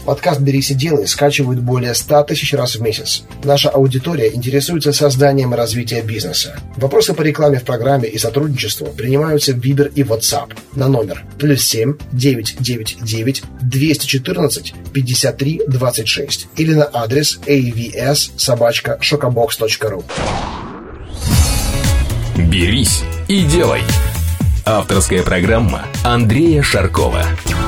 Подкаст «Берись и делай» скачивают более 100 тысяч раз в месяц. Наша аудитория интересуется созданием и развитием бизнеса. Вопросы по рекламе в программе и сотрудничеству принимаются в Viber и WhatsApp на номер +7 999 214 53 26 или на адрес avs@shokabox.ru. «Берись и делай». Авторская программа Андрея Шаркова.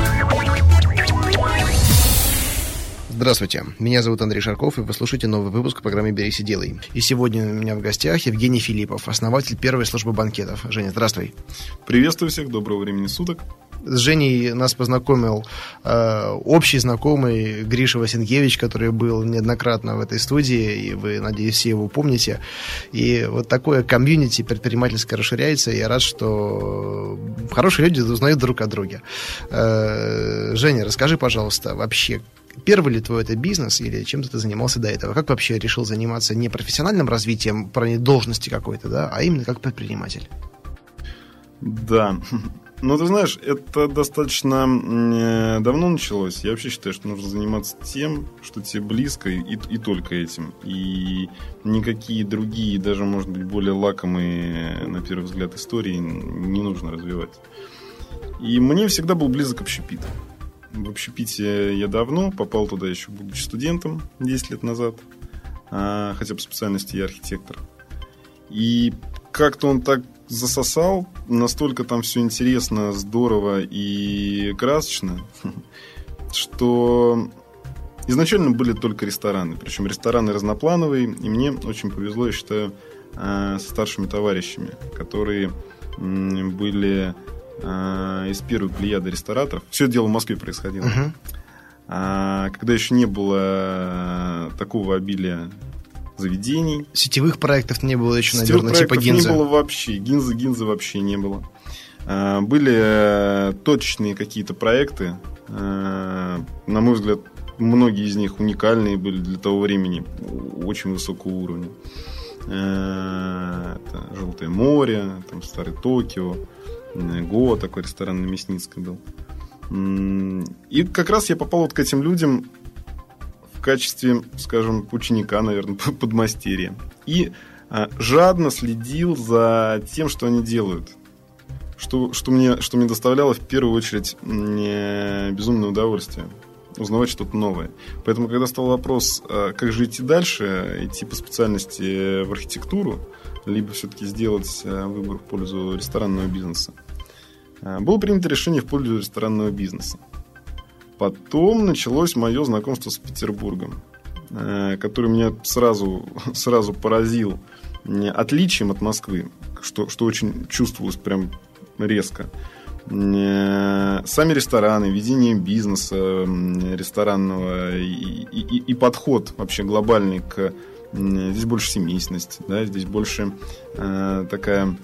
Здравствуйте, меня зовут Андрей Шарков, и вы слушаете новый выпуск программы «Берись и делай». И сегодня у меня в гостях Евгений Филиппов, основатель первой службы банкетов. Женя, здравствуй. Приветствую всех, доброго времени суток. С Женей нас познакомил общий знакомый Гриша Васенкевич, который был неоднократно в этой студии, и вы, надеюсь, все его помните. И вот такое комьюнити предпринимательское расширяется, и я рад, что хорошие люди узнают друг о друге. Женя, расскажи, пожалуйста, вообще, первый ли твой это бизнес или чем-то ты занимался до этого? Как вообще решил заниматься не профессиональным развитием, должности какой-то, да, а именно как предприниматель? Да, ну ты знаешь, это достаточно давно началось. Я вообще считаю, что нужно заниматься тем, что тебе близко, и только этим. И никакие другие, даже, может быть, более лакомые, на первый взгляд, истории не нужно развивать. И мне всегда был близок общепит. В общепите я давно, попал туда еще будучи студентом 10 лет назад, хотя по специальности я архитектор. И как-то он так засосал, настолько там все интересно, здорово и красочно, что изначально были только рестораны. Причем рестораны разноплановые, и мне очень повезло, я считаю, со старшими товарищами, которые были из первой плеяды рестораторов. Все дело в Москве происходило. Когда еще не было такого обилия заведений. Сетевых проектов не было еще, наверное, типа Гинзы. Не было вообще. Гинзы вообще не было. Были точечные какие-то проекты. На мой взгляд, многие из них уникальные были для того времени, очень высокого уровня. Это «Желтое море», там «Старый Токио», «Го», такой ресторан на Мясницкой был. И как раз я попал вот к этим людям в качестве, скажем, ученика, наверное, подмастерья. И жадно следил за тем, что они делают. Что мне доставляло в первую очередь безумное удовольствие. Узнавать что-то новое. Поэтому, когда стал вопрос, как же идти дальше, идти по специальности в архитектуру, либо все-таки сделать выбор в пользу ресторанного бизнеса, было принято решение в пользу ресторанного бизнеса. Потом началось мое знакомство с Петербургом, который меня сразу поразил отличием от Москвы, что очень чувствовалось прям резко. Сами рестораны, ведение бизнеса ресторанного и подход вообще глобальный к... Здесь больше семейственности, да, здесь больше такая...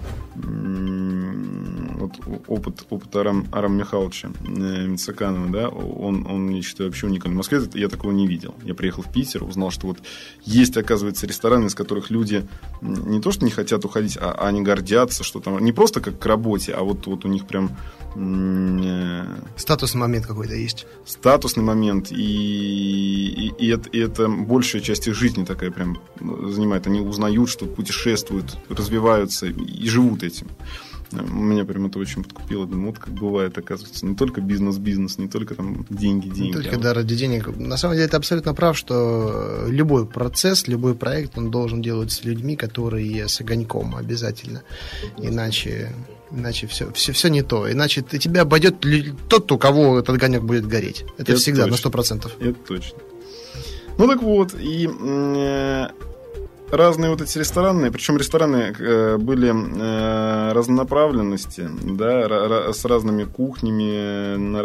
Вот опыт Арама Михайловича Мицаканова, да, он, я считаю, вообще уникальный. В Москве я такого не видел. Я приехал в Питер, узнал, что вот есть, оказывается, рестораны, из которых люди не то, что не хотят уходить, а они гордятся, что там не просто как к работе, а вот у них прям... Статусный момент какой-то есть. Статусный момент, и это большая часть их жизни такая прям занимает. Они узнают, что путешествуют, развиваются и живут этим. Меня прям это очень подкупило. Думаю, вот как бывает, оказывается. Не только бизнес, не только там деньги. Не только ради денег. На самом деле ты абсолютно прав, что любой процесс, любой проект, он должен делать с людьми, которые с огоньком обязательно. Иначе все не то. Иначе тебя обойдет тот, у кого этот огонек будет гореть. Это всегда точно. На 100%. Это точно. Ну так вот, и... разные вот эти рестораны, причем рестораны были разнонаправленности, да, с разными кухнями, на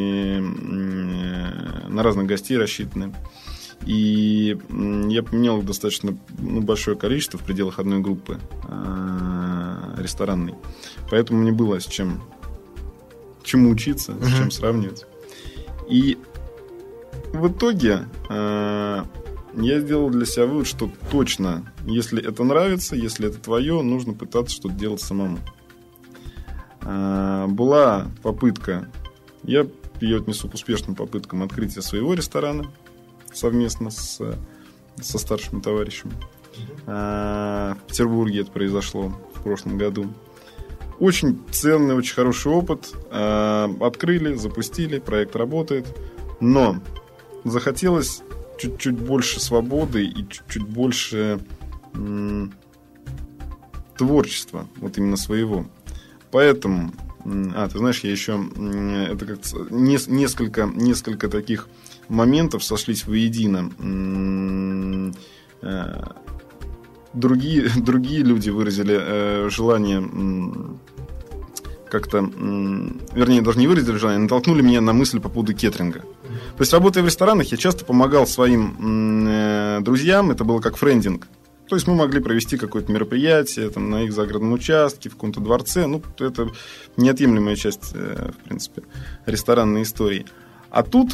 разных гостей рассчитаны. И я поменял достаточно большое количество в пределах одной группы ресторанной. Поэтому мне было чему учиться, с чем сравнивать. И в итоге я сделал для себя вывод, что точно, если это нравится, если это твое, нужно пытаться что-то делать самому. Была попытка. Я ее отнесу к успешным попыткам открытия своего ресторана совместно со старшим товарищем. В Петербурге это произошло в прошлом году. Очень ценный, очень хороший опыт. Открыли, запустили, проект работает. Но захотелось чуть-чуть больше свободы и чуть-чуть больше творчества, вот именно своего. Поэтому, ты знаешь, я еще это как-то несколько таких моментов сошлись воедино. Другие люди выразили желание как-то, вернее, даже не выразили желание, натолкнули меня на мысль по поводу кеттеринга. То есть, работая в ресторанах, я часто помогал своим друзьям, это было как френдинг. То есть, мы могли провести какое-то мероприятие там, на их загородном участке, в каком-то дворце. Ну, это неотъемлемая часть, в принципе, ресторанной истории. А тут,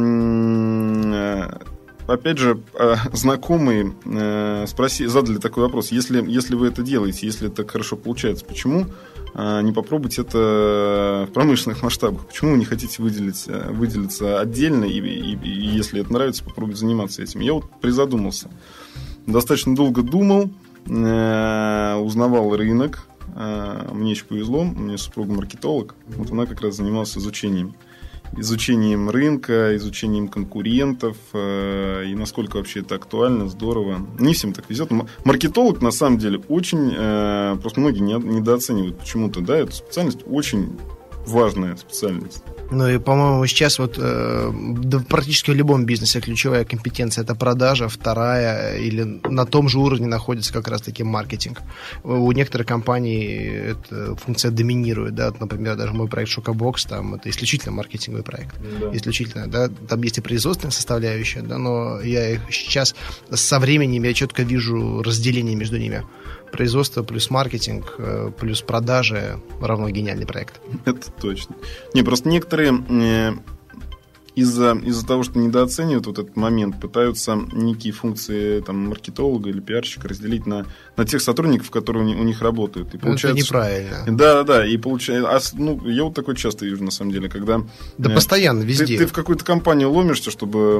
опять же, знакомые задали такой вопрос. Если вы это делаете, если это так хорошо получается, почему не попробовать это в промышленных масштабах? Почему вы не хотите выделиться отдельно, и если это нравится, попробовать заниматься этим? Я вот призадумался. Достаточно долго думал, узнавал рынок. Мне еще повезло, у меня супруга маркетолог. Вот она как раз занималась изучением рынка, изучением конкурентов, и насколько вообще это актуально, здорово. Не всем так везет. Маркетолог, на самом деле, очень... Просто многие недооценивают почему-то. Да, эта специальность очень важная специальность. Ну и, по-моему, сейчас вот практически в любом бизнесе ключевая компетенция – это продажа, вторая или на том же уровне находится как раз-таки маркетинг. У некоторых компаний эта функция доминирует, да, например, даже мой проект Шокобокс, там это исключительно маркетинговый проект, исключительно, да, там есть и производственная составляющая, да, но я их сейчас со временем я четко вижу разделение между ними. Производство плюс маркетинг плюс продажи равно гениальный проект. Это точно. Не, просто некоторые из-за того, что недооценивают вот этот момент, пытаются некие функции там, маркетолога или пиарщика разделить на тех сотрудников, которые у них работают. И получается, это неправильно. Да, и получается... я вот такой часто вижу, на самом деле, когда... Да постоянно, везде. Ты в какую-то компанию ломишься, чтобы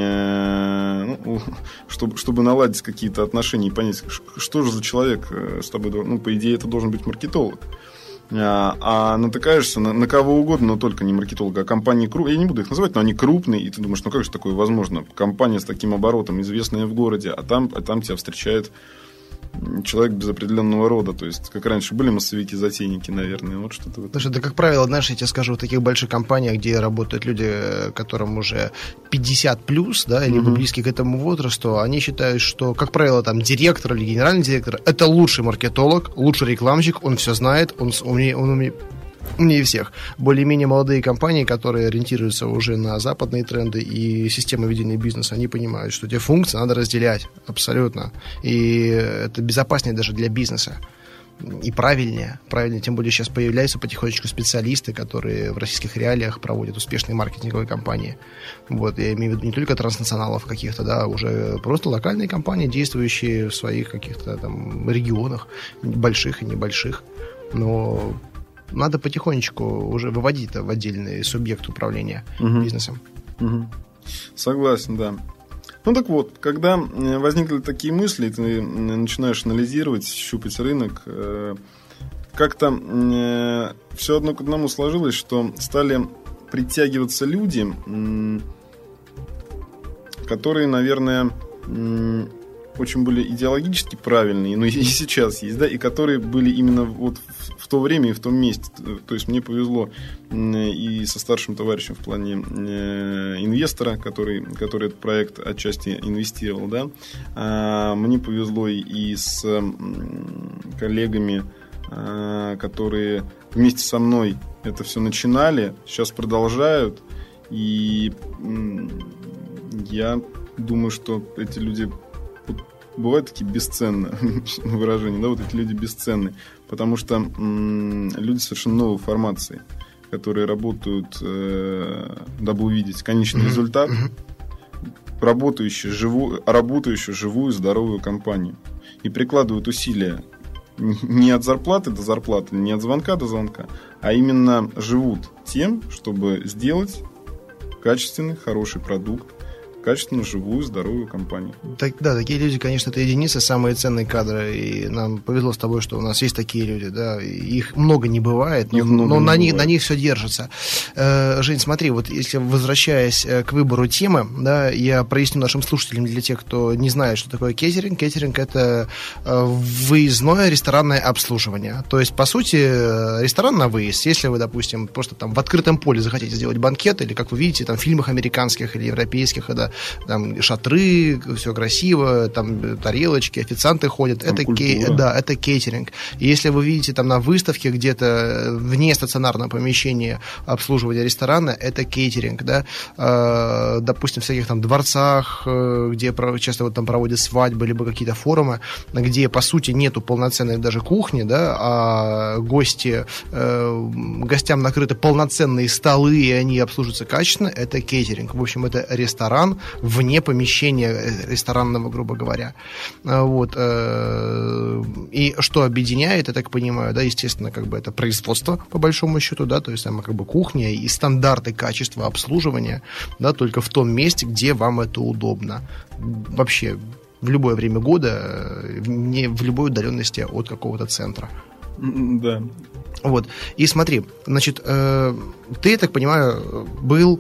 наладить какие-то отношения и понять, что же за человек с тобой... по идее, это должен быть маркетолог. А натыкаешься на кого угодно, но только не маркетолога, а компании крупные. Я не буду их называть, но они крупные, и ты думаешь, как же такое возможно? Компания с таким оборотом, известная в городе, а там тебя встречает человек без определенного рода. То есть, как раньше были массовики-затейники, наверное. Вот что-то. Слушай, да, как правило, знаешь, я тебе скажу, в таких больших компаниях, где работают люди, которым уже 50+, да, либо близки к этому возрасту, они считают, что, как правило, там директор или генеральный директор – это лучший маркетолог, лучший рекламщик, он все знает, он умнее всех. Более-менее молодые компании, которые ориентируются уже на западные тренды и системы ведения бизнеса, они понимают, что эти функции надо разделять абсолютно. И это безопаснее даже для бизнеса. И правильнее, тем более сейчас появляются потихонечку специалисты, которые в российских реалиях проводят успешные маркетинговые кампании. Вот, я имею в виду не только транснационалов каких-то, да, уже просто локальные компании, действующие в своих каких-то там регионах, больших и небольших. Но надо потихонечку уже выводить это в отдельный субъект управления бизнесом. Согласен, да. Так вот, когда возникли такие мысли, ты начинаешь анализировать, щупать рынок, как-то все одно к одному сложилось, что стали притягиваться люди, которые, наверное, очень были идеологически правильные, но и сейчас есть, да, и которые были именно вот в то время и в том месте. То есть мне повезло и со старшим товарищем в плане инвестора, который этот проект отчасти инвестировал, да. Мне повезло и с коллегами, которые вместе со мной это все начинали, сейчас продолжают, и я думаю, что эти люди бывают такие бесценные выражения, да, вот эти люди бесценны, потому что люди совершенно новой формации, которые работают, дабы увидеть конечный результат, работающую живую, здоровую компанию, и прикладывают усилия не от зарплаты до зарплаты, не от звонка до звонка, а именно живут тем, чтобы сделать качественный, хороший продукт, качественную, живую, здоровую компанию. Да, такие люди, конечно, это единицы, самые ценные кадры. И нам повезло с тобой, что у нас есть такие люди. Да, их много не бывает, но на них все держится. Жень, смотри, вот если возвращаясь к выбору темы, да, я проясню нашим слушателям, для тех, кто не знает, что такое кейтеринг. Кейтеринг – это выездное ресторанное обслуживание. То есть, по сути, ресторан на выезд. Если вы, допустим, просто там в открытом поле захотите сделать банкет, или, как вы видите, там в фильмах американских или европейских, когда там шатры, все красиво, там тарелочки, официанты ходят. Это кейтеринг. И если вы видите там на выставке где-то вне стационарного помещения обслуживания ресторана, это кейтеринг, да. Допустим, в всяких там дворцах, где часто вот там проводят свадьбы, либо какие-то форумы, где, по сути, нету полноценной даже кухни, да, а гостям накрыты полноценные столы, и они обслуживаются качественно, это кейтеринг. В общем, это ресторан вне помещения ресторанного, грубо говоря. Вот. И что объединяет, я так понимаю, да, естественно, как бы это производство, по большому счету, да, то есть там как бы кухня и стандарты качества обслуживания, да, только в том месте, где вам это удобно. Вообще, в любое время года, не в любой удаленности от какого-то центра. Да. Вот. И смотри, значит, ты, я так понимаю, был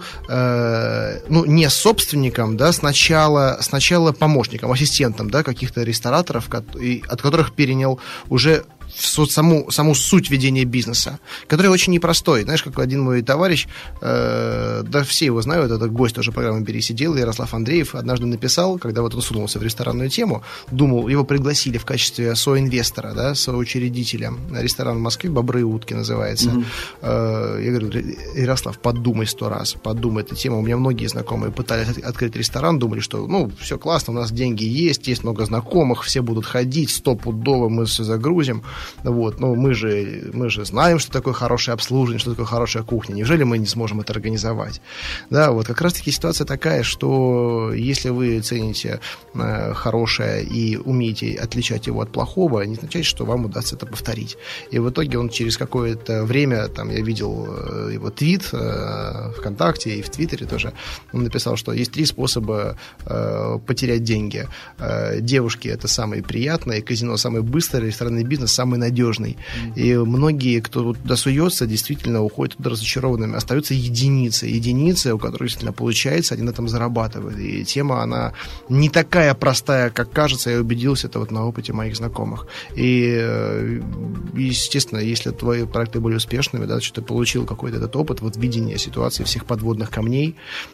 не собственником, да, сначала помощником, ассистентом, да, каких-то рестораторов, от которых перенял уже саму суть ведения бизнеса, который очень непростой. Знаешь, как один мой товарищ, да все его знают, это гость тоже программы «Бери, сидел», Ярослав Андреев, однажды написал, когда вот он сунулся в ресторанную тему, думал, его пригласили в качестве соинвестора, да, соучредителя ресторана в Москве, «Бобры и утки» называется. Я говорю, Ярослав, подумай 100 раз, подумай эту тему. У меня многие знакомые пытались открыть ресторан, думали, что, все классно, у нас деньги есть много знакомых, все будут ходить, стопудово мы все загрузим. Вот, мы же знаем, что такое хорошее обслуживание, что такое хорошая кухня. Неужели мы не сможем это организовать? Да, вот как раз-таки ситуация такая, что если вы цените хорошее и умеете отличать его от плохого, не означает, что вам удастся это повторить. И в итоге он через какое-то время, там я видел его твит ВКонтакте и в Твиттере тоже, он написал, что есть 3 способа потерять деньги. Девушки — это самые приятные, казино — самый быстрый, ресторанный бизнес — самый надежный. И многие, кто туда суется, действительно уходят туда разочарованными. Остаются единицы, у которых действительно получается, они на этом зарабатывают. И тема, она не такая простая, как кажется. Я убедился это вот на опыте моих знакомых. И, естественно, если твои проекты были успешными, да, что ты получил какой-то этот опыт, вот видение ситуации, всех подводных камней,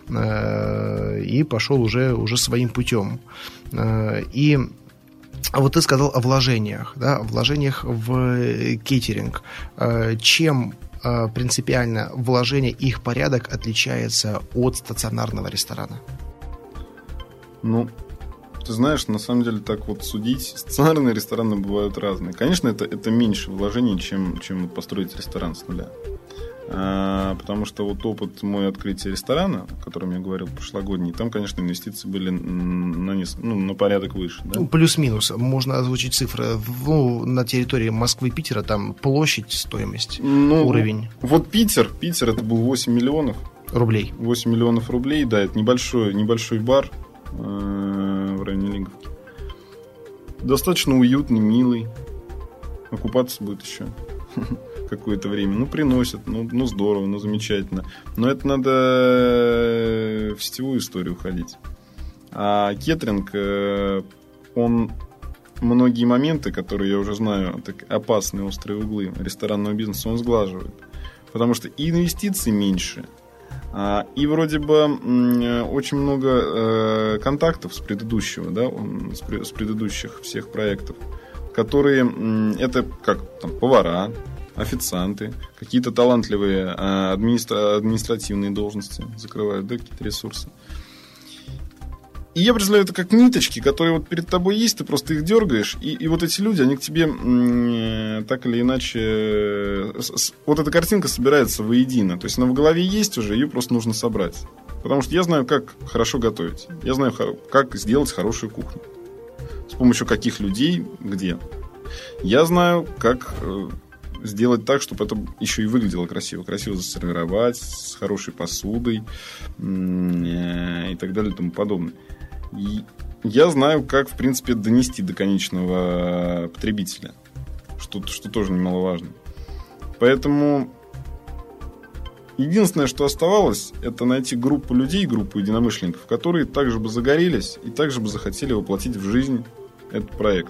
и пошел уже своим путем. А вот ты сказал о вложениях, да, о вложениях в кейтеринг. Чем принципиально вложение, их порядок отличается от стационарного ресторана? Ты знаешь, на самом деле так вот судить, стационарные рестораны бывают разные. Конечно, это меньше вложений, чем построить ресторан с нуля. Потому что вот опыт мой открытия ресторана, о котором я говорил, прошлогодний, там, конечно, инвестиции были на порядок выше. Да? Плюс-минус. Можно озвучить цифры. На территории Москвы и Питера там площадь, стоимость, уровень. Вот Питер это был 8 миллионов рублей. 8 миллионов рублей, да, это небольшой бар в районе Лиговки. Достаточно уютный, милый. Окупаться будет еще какое-то время. Приносят, здорово, замечательно. Но это надо в сетевую историю уходить. А кейтеринг, он многие моменты, которые я уже знаю, так опасные острые углы ресторанного бизнеса, он сглаживает. Потому что и инвестиций меньше, и вроде бы очень много контактов с предыдущего, да, с предыдущих всех проектов, которые это как там повара, официанты, какие-то талантливые административные должности закрывают, да, какие-то ресурсы. И я представляю это как ниточки, которые вот перед тобой есть, ты просто их дергаешь, и вот эти люди, они к тебе так или иначе... Вот эта картинка собирается воедино. То есть она в голове есть уже, ее просто нужно собрать. Потому что я знаю, как хорошо готовить. Я знаю, как сделать хорошую кухню. С помощью каких людей, где. Я знаю, как сделать так, чтобы это еще и выглядело красиво. Красиво засервировать, с хорошей посудой и так далее и тому подобное. И я знаю, как, в принципе, донести до конечного потребителя, что тоже немаловажно. Поэтому единственное, что оставалось, это найти группу людей, группу единомышленников, которые также бы загорелись и также бы захотели воплотить в жизнь этот проект.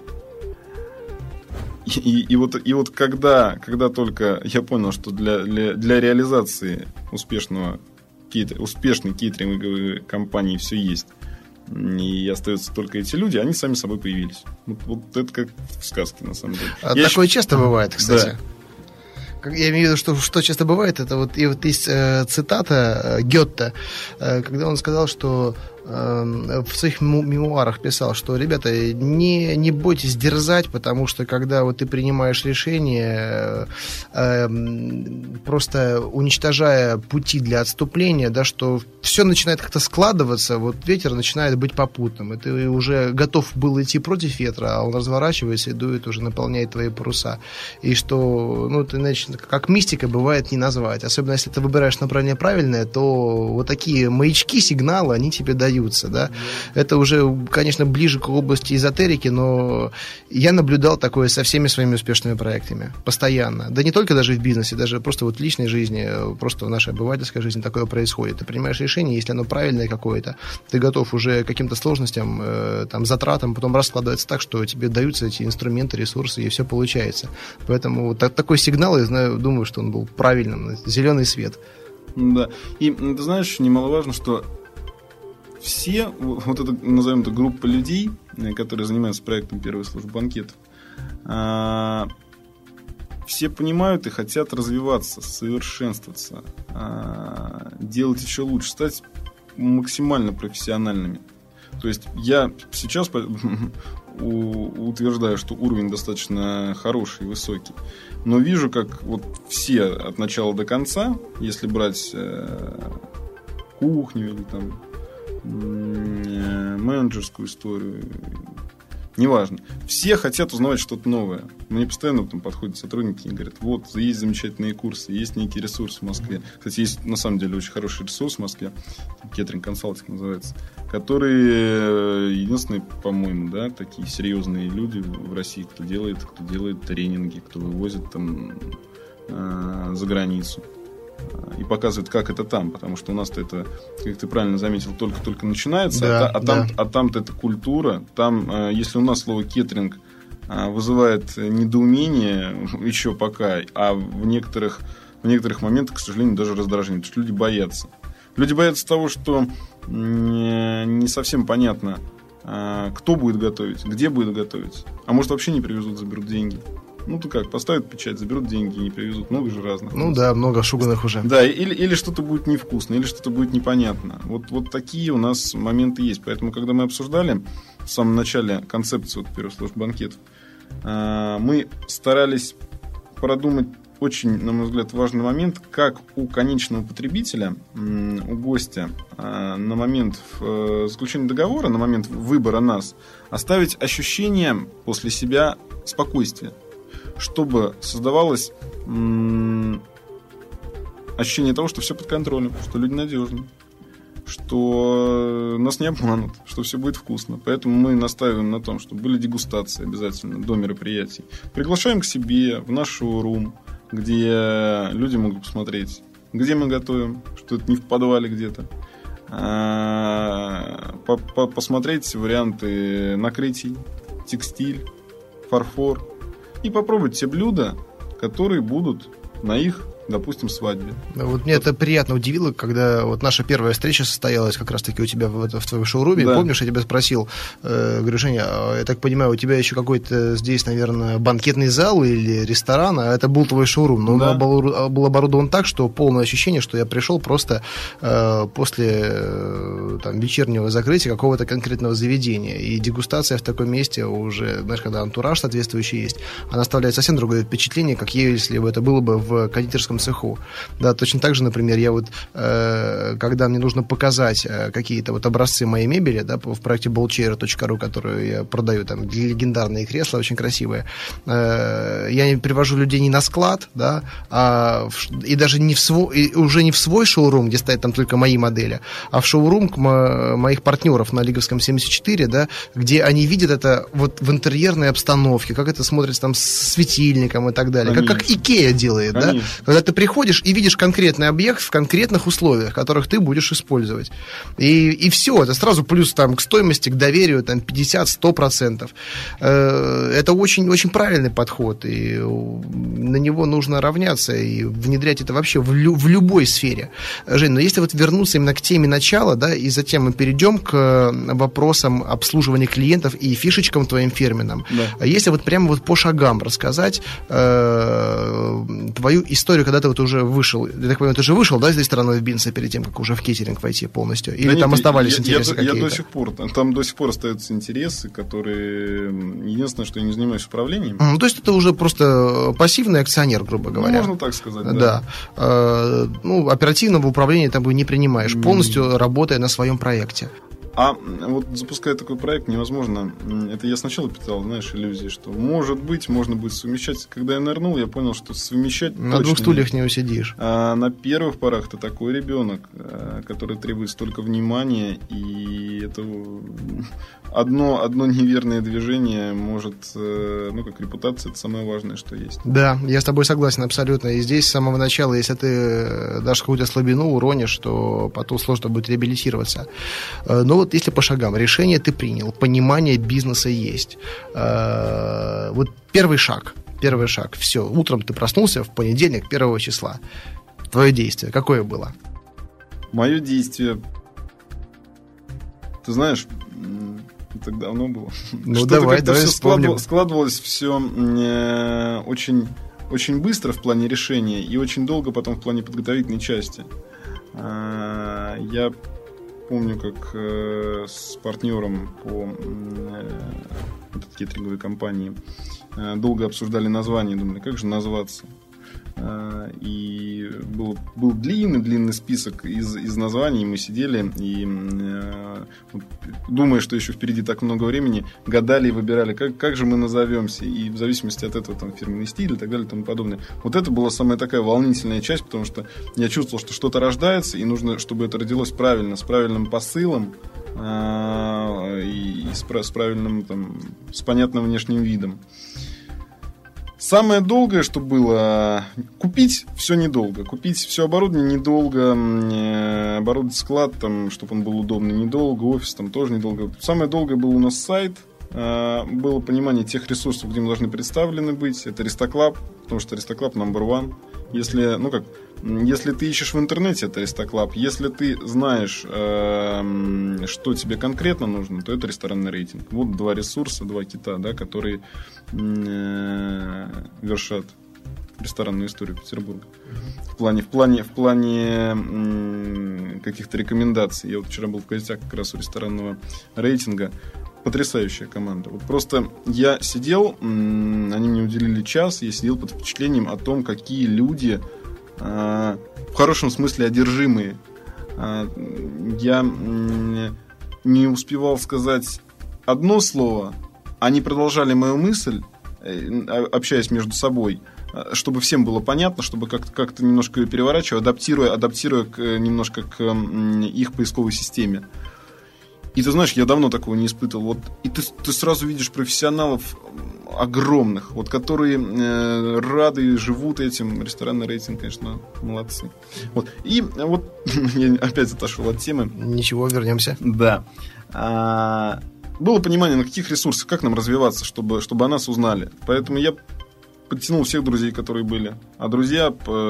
И вот когда только я понял, что для реализации успешной кейтеринговой компании все есть, и остаются только эти люди, они сами собой появились. Вот это как в сказке, на самом деле. Такое часто бывает, кстати. Да. Я имею в виду, что часто бывает, это вот есть цитата Гёте, когда он сказал, что в своих мемуарах писал, что, ребята, не бойтесь дерзать, потому что когда вот ты принимаешь решение, просто уничтожая пути для отступления, да, что все начинает как-то складываться, вот ветер начинает быть попутным, и ты уже готов был идти против ветра, а он разворачивается и дует, уже наполняет твои паруса. И что, это, иначе, как мистика, бывает не назвать. Особенно, если ты выбираешь направление правильное, то вот такие маячки, сигналы, они тебе дают. Да? Это уже, конечно, ближе к области эзотерики, но я наблюдал такое со всеми своими успешными проектами. Постоянно. Да не только даже в бизнесе, даже просто вот в личной жизни, просто в нашей обывательской жизни такое происходит. Ты принимаешь решение, если оно правильное какое-то, ты готов уже к каким-то сложностям, затратам, потом раскладывается так, что тебе даются эти инструменты, ресурсы, и все получается. Поэтому вот такой сигнал, я думаю, что он был правильным. Зеленый свет. Да. И ты знаешь, немаловажно, что все, вот это, назовем это, группа людей, которые занимаются проектом «Первая служба банкетов», все понимают и хотят развиваться, совершенствоваться, делать еще лучше, стать максимально профессиональными. То есть я сейчас утверждаю, что уровень достаточно хороший, высокий, но вижу, как вот все от начала до конца, если брать кухню или там менеджерскую историю, неважно. Все хотят узнавать что-то новое. Мне постоянно там подходят сотрудники и говорят, вот, есть замечательные курсы, есть некий ресурс в Москве. Кстати, есть на самом деле очень хороший ресурс в Москве, Catering Consulting называется, которые единственные, по-моему, да, такие серьезные люди в России, кто делает тренинги, кто вывозит там за границу и показывает, как это там, потому что у нас-то это, как ты правильно заметил, только начинается, да, там-то это культура, там, если у нас слово кеттеринг вызывает недоумение еще пока, а в некоторых моментах, к сожалению, даже раздражение, потому что люди боятся. Люди боятся того, что не совсем понятно, кто будет готовить, где будет готовить, а может вообще не привезут, заберут деньги. Ты как, поставят печать, заберут деньги и не привезут. Много же разных. Да, много шуганых уже. Да, или что-то будет невкусно, или что-то будет непонятно. Вот такие у нас моменты есть. Поэтому, когда мы обсуждали в самом начале концепцию первой службы банкетов, мы старались продумать очень, на мой взгляд, важный момент, как у конечного потребителя, у гостя на момент заключения договора, на момент выбора нас, оставить ощущение после себя спокойствия, чтобы создавалось ощущение того, что все под контролем, что люди надежны, что нас не обманут, что все будет вкусно. Поэтому мы настаиваем на том, чтобы были дегустации обязательно до мероприятий. Приглашаем к себе в наш шоурум, где люди могут посмотреть, где мы готовим, что это не в подвале где-то. Посмотреть варианты накрытий, текстиль, фарфор. И попробовать те блюда, которые будут на их, допустим, свадьбе. Вот мне это приятно удивило, когда вот наша первая встреча состоялась как раз-таки у тебя в твоем шоуруме. Да. Помнишь, я тебя спросил, говорю, Женя, я так понимаю, у тебя еще какой-то здесь, наверное, банкетный зал или ресторан, а это был твой шоурум, но он был оборудован так, что полное ощущение, что я пришел просто после вечернего закрытия какого-то конкретного заведения. И дегустация в таком месте уже, знаешь, когда антураж соответствующий есть, она оставляет совсем другое впечатление, как если бы это было бы в кондитерском кондитерском цеху. Да, точно так же, например, я вот, когда мне нужно показать какие-то вот образцы моей мебели, да, в проекте ballchair.ru, которую я продаю, там, легендарные кресла, очень красивые, я привожу людей не на склад, да, и даже не в свой, уже не в свой шоурум, где стоят там только мои модели, а в шоурум моих партнеров на Лиговском 74, да, где они видят это вот в интерьерной обстановке, как это смотрится там с светильником и так далее, как Икея делает, да, когда ты приходишь и видишь конкретный объект в конкретных условиях, которых ты будешь использовать. И все, это сразу плюс там к стоимости, к доверию, там 50-100%. Это очень, очень правильный подход, и на него нужно равняться и внедрять это вообще в любой сфере. Жень, но если вот вернуться именно к теме начала, да, и затем мы перейдем к вопросам обслуживания клиентов и фишечкам твоим фирменным. Да. Если вот прямо вот по шагам рассказать твою историю, когда ты вот уже вышел, я так понимаю, ты же вышел, да, из ресторана в Бинса перед тем, как уже в кейтеринг войти полностью? Или да там нет, оставались интересы какие-то? Я до сих пор, там до сих пор остаются интересы, которые... Единственное, что я не занимаюсь управлением. То есть это уже просто пассивный акционер, грубо говоря. Можно так сказать, да. Оперативного управления ты не принимаешь, полностью работая на своем проекте. А вот запуская такой проект невозможно. Это я сначала питал, знаешь, иллюзии, что может быть, можно будет совмещать. Когда я нырнул, я понял, что совмещать на двух стульях не усидишь. А на первых порах ты такой ребенок, который требует столько внимания, и это одно неверное движение может, как репутация, это самое важное, что есть. Да, я с тобой согласен абсолютно. И здесь с самого начала, если ты дашь какую-то слабину, уронишь, то потом сложно будет реабилитироваться. Но вот если по шагам, решение ты принял, понимание бизнеса есть. Вот первый шаг, все, утром ты проснулся в понедельник, 1 числа. Твое действие какое было? Мое действие, ты знаешь, так давно было. Ну, давай вспомним. Складывалось все очень, очень быстро в плане решения и очень долго потом в плане подготовительной части. Я помню, как с партнером по кетеринговой компании долго обсуждали название, думали, как же назваться. И был длинный список из названий, мы сидели и, думая, что еще впереди так много времени, гадали и выбирали, как же мы назовемся, и в зависимости от этого там фирменный стиль и так далее и тому подобное. Вот это была самая такая волнительная часть, потому что я чувствовал, что что-то рождается, и нужно, чтобы это родилось правильно, с правильным посылом и с правильным, там, с понятным внешним видом. Самое долгое, что было, купить все недолго. Купить все оборудование недолго, оборудовать склад, там, чтобы он был удобный, недолго, офис там тоже недолго. Самое долгое был у нас сайт, было понимание тех ресурсов, где мы должны представлены быть. Это Ристоклаб, потому что Ристоклаб number one. Если ты ищешь в интернете, это Ристоклаб. Если ты знаешь, что тебе конкретно нужно, то это ресторанный рейтинг. Вот два ресурса, два кита, да, которые вершат ресторанную историю Петербурга. В плане каких-то рекомендаций. Я вот вчера был в гостях как раз у ресторанного рейтинга. Потрясающая команда. Вот просто я сидел, они мне уделили час, я сидел под впечатлением о том, какие люди в хорошем смысле одержимые. Я не успевал сказать одно слово, они продолжали мою мысль, общаясь между собой, чтобы всем было понятно, чтобы как-то немножко ее переворачивая, адаптируя немножко к их поисковой системе. И ты знаешь, я давно такого не испытывал. Вот, и ты сразу видишь профессионалов огромных, вот, которые рады, живут этим. Ресторанный рейтинг, конечно, молодцы. Вот. И вот я опять отошел от темы. Ничего, вернемся. Да. Было понимание, на каких ресурсах, как нам развиваться, чтобы о нас узнали. Поэтому я подтянул всех друзей, которые были. А друзья,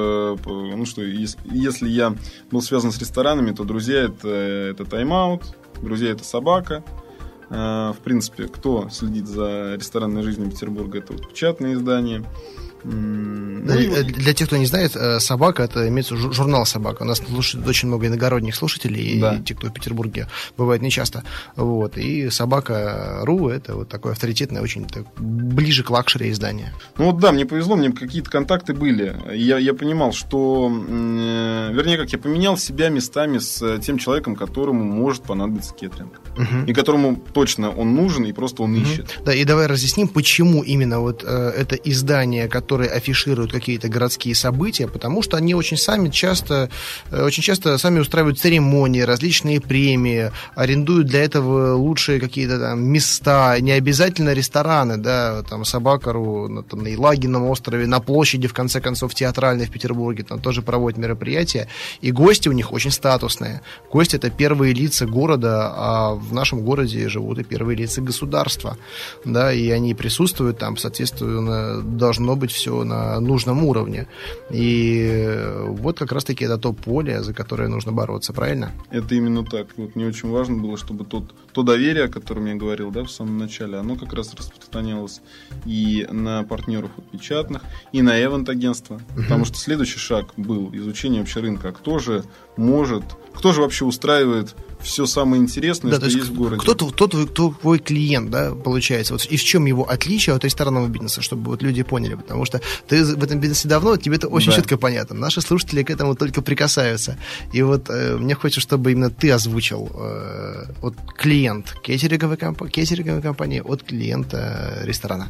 если я был связан с ресторанами, то друзья это тайм-аут, друзья это собака. В принципе, кто следит за ресторанной жизнью Петербурга, это вот печатные издания. Для тех, кто не знает, «Собака» — это имеется журнал «Собака». У нас слушает очень много иногородних слушателей, да. И те, кто в Петербурге, бывает нечасто. Вот. И «Собака.ру» — это вот такое авторитетное, очень ближе к лакшери издание. Ну вот да, мне повезло, мне какие-то контакты были. Я понимал, что... Вернее, как я поменял себя местами с тем человеком, которому может понадобиться кеттеринг. И которому точно он нужен, и просто он ищет. Да, и давай разъясним, почему именно вот это издание, которое афиширует какие-то городские события, потому что они очень часто сами устраивают церемонии, различные премии, арендуют для этого лучшие какие-то там места, не обязательно рестораны, да, там «Собака.ру» на Елагином острове, на площади, в конце концов, театральной в Петербурге, там тоже проводят мероприятия, и гости у них очень статусные. Гости — это первые лица города, а в нашем городе живут и первые лица государства, да, и они присутствуют там, соответственно, должно быть все на нужном уровне. И вот как раз-таки это то поле, за которое нужно бороться, правильно? Это именно так. Вот мне очень важно было, чтобы то доверие, о котором я говорил, да, в самом начале, оно как раз распространялось и на партнеров печатных, и на эвент-агентства. Потому что следующий шаг был изучение вообще рынка. Кто же вообще устраивает все самое интересное, да, что есть в городе. Кто твой клиент, да, получается? Вот и в чем его отличие от ресторанного бизнеса, чтобы вот люди поняли, потому что ты в этом бизнесе давно, тебе это очень четко понятно. Наши слушатели к этому только прикасаются. И вот мне хочется, чтобы именно ты озвучил вот клиент кеттеринговой компании от клиента ресторана.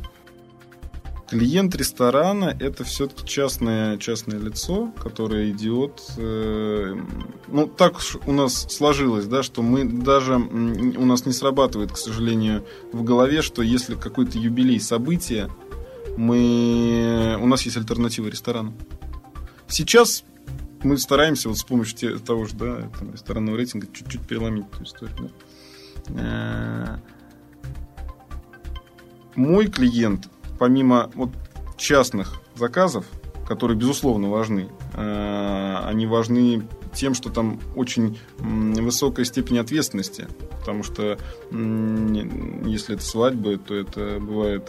Клиент ресторана — это все-таки частное лицо, которое идет... Ну, так уж у нас сложилось, да, что мы даже... У нас не срабатывает, к сожалению, в голове, что если какой-то юбилей, событие, у нас есть альтернатива ресторану. Сейчас мы стараемся вот с помощью того же, да, там, ресторанного рейтинга чуть-чуть переломить эту историю. Да. Мой клиент... Помимо вот частных заказов, которые, безусловно, важны, они важны тем, что там очень высокая степень ответственности. Потому что если это свадьба, то это бывает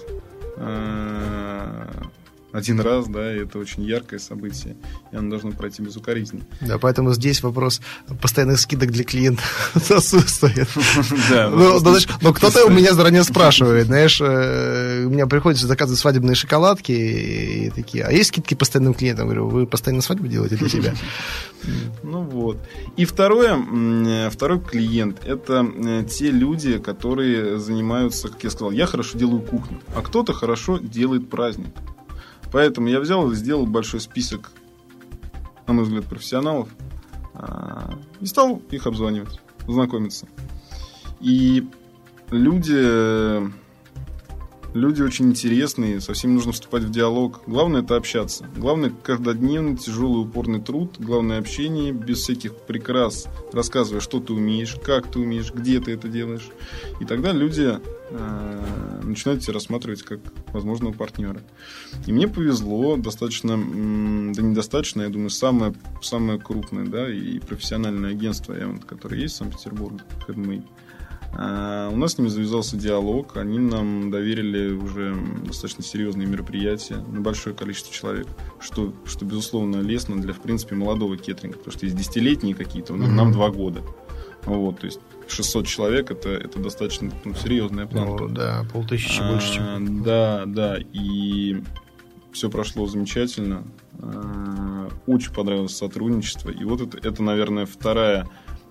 один раз, да, и это очень яркое событие, и оно должно пройти безукоризненно. Да, поэтому здесь вопрос постоянных скидок для клиентов отсутствует. Но кто-то у меня заранее спрашивает, знаешь, у меня приходится заказывать свадебные шоколадки и такие, а есть скидки постоянным клиентам? Говорю, вы постоянно свадьбу делаете для себя? Ну вот. И второй клиент — это те люди, которые занимаются, как я сказал, я хорошо делаю кухню, а кто-то хорошо делает праздник. Поэтому я взял и сделал большой список, на мой взгляд, профессионалов и стал их обзванивать, знакомиться. И люди очень интересные, со всеми нужно вступать в диалог. Главное — это общаться. Главное — каждодневный, тяжелый, упорный труд. Главное — общение, без всяких прикрас, рассказывая, что ты умеешь, как ты умеешь, где ты это делаешь. И тогда люди начинают тебя рассматривать как возможного партнера. И мне повезло достаточно, да недостаточно, я думаю, самое крупное, да, и профессиональное агентство, которое есть в Санкт-Петербурге, Handmade. У нас с ними завязался диалог, они нам доверили уже достаточно серьезные мероприятия на большое количество человек, что безусловно, лестно для, в принципе, молодого кеттеринга, потому что есть десятилетние какие-то, нам 2 года. Вот, то есть 600 человек — это достаточно серьезная планка. Ну, да, 500 больше, чем... Да, и все прошло замечательно. Очень понравилось сотрудничество. И вот это наверное, вторая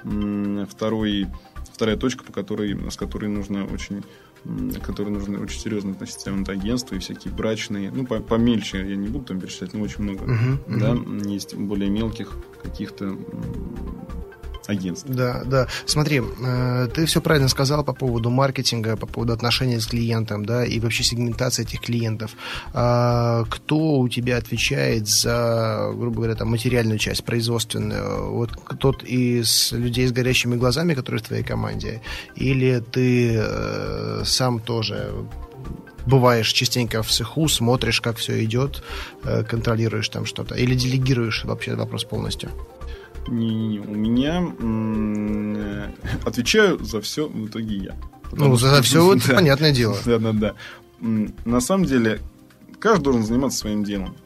точка, с которой нужно очень серьезно относиться к агентству и всякие брачные, ну, помельче, я не буду там перечислять, но очень много. Да, есть более мелких каких-то агентств. Да. Смотри, ты все правильно сказал по поводу маркетинга, по поводу отношений с клиентом, да, и вообще сегментации этих клиентов. Кто у тебя отвечает за, грубо говоря, там, материальную часть, производственную? Вот кто-то из людей с горящими глазами, которые в твоей команде, или ты сам тоже бываешь частенько в цеху, смотришь, как все идет, контролируешь там что-то, или делегируешь вообще вопрос полностью? Не, у меня отвечаю за все в итоге я. За все это понятное дело. Да. На самом деле, каждый должен заниматься своим делом.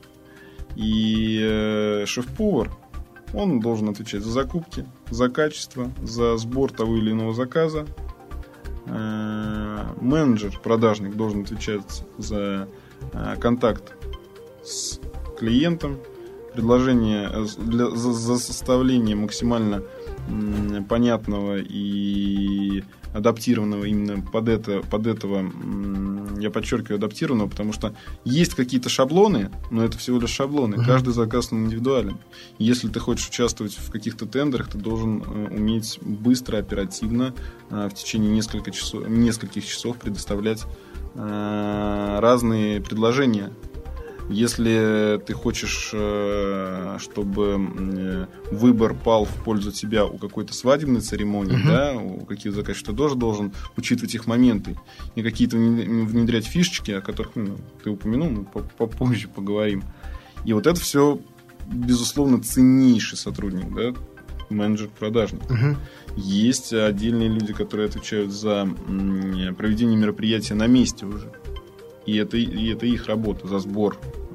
И шеф-повар, он должен отвечать за закупки, за качество, за сбор того или иного заказа. Менеджер, продажник должен отвечать за контакт с клиентом, предложение за составление максимально понятного и адаптированного именно под этого, я подчеркиваю, адаптированного, потому что есть какие-то шаблоны, но это всего лишь шаблоны. Каждый заказ индивидуален. Если ты хочешь участвовать в каких-то тендерах, ты должен уметь быстро, оперативно, в течение нескольких часов предоставлять разные предложения. Если ты хочешь, чтобы выбор пал в пользу тебя у какой-то свадебной церемонии, да, у каких заказчиков, ты тоже должен учитывать их моменты и какие-то внедрять фишечки, о которых ты упомянул, мы попозже поговорим. И вот это все, безусловно, ценнейший сотрудник, да, менеджер-продажник. Есть отдельные люди, которые отвечают за проведение мероприятия на месте уже. И это их работа, за сбор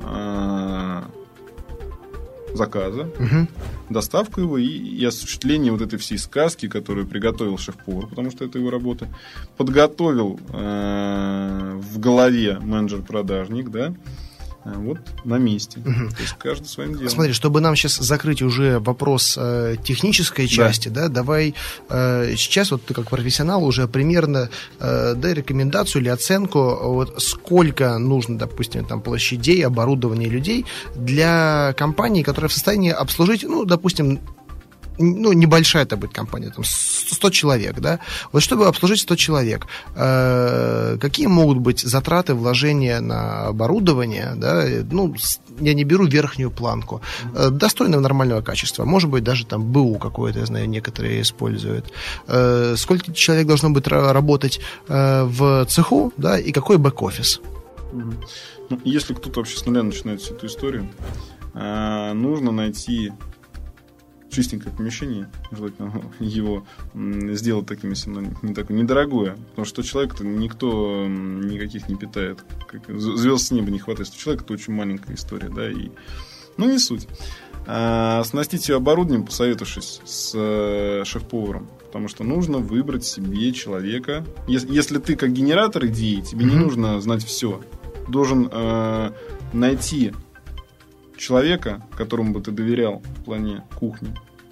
заказа, доставку его и осуществление вот этой всей сказки, которую приготовил шеф-повар, потому что это его работа, подготовил в голове менеджер-продажник, да, вот на месте. То есть каждый своим делом. Смотри, чтобы нам сейчас закрыть уже вопрос технической части, да, давай сейчас вот ты как профессионал уже примерно дай рекомендацию или оценку, вот сколько нужно, допустим, там площадей, оборудования, людей для компании, которая в состоянии обслужить, ну, допустим, небольшая это будет компания, там 100 человек, да. Вот чтобы обслужить 100 человек, какие могут быть затраты, вложения на оборудование, да, ну, я не беру верхнюю планку, достойного нормального качества, может быть, даже там БУ какое-то, я знаю, некоторые используют. Сколько человек должно быть работать в цеху, да, и какой бэк-офис? Ну, если кто-то вообще с нуля начинает всю эту историю, нужно найти чистенькое помещение, желательно его сделать таким, если не такое недорогое, потому что человек-то никто никаких не питает, звезд с неба не хватает, что человек — это очень маленькая история, да, и, ну, не суть. Снастить ее оборудованием, посоветовавшись с шеф-поваром, потому что нужно выбрать себе человека. Если ты как генератор идеи, тебе не нужно знать все, должен найти человека, которому бы ты доверял в плане кухни.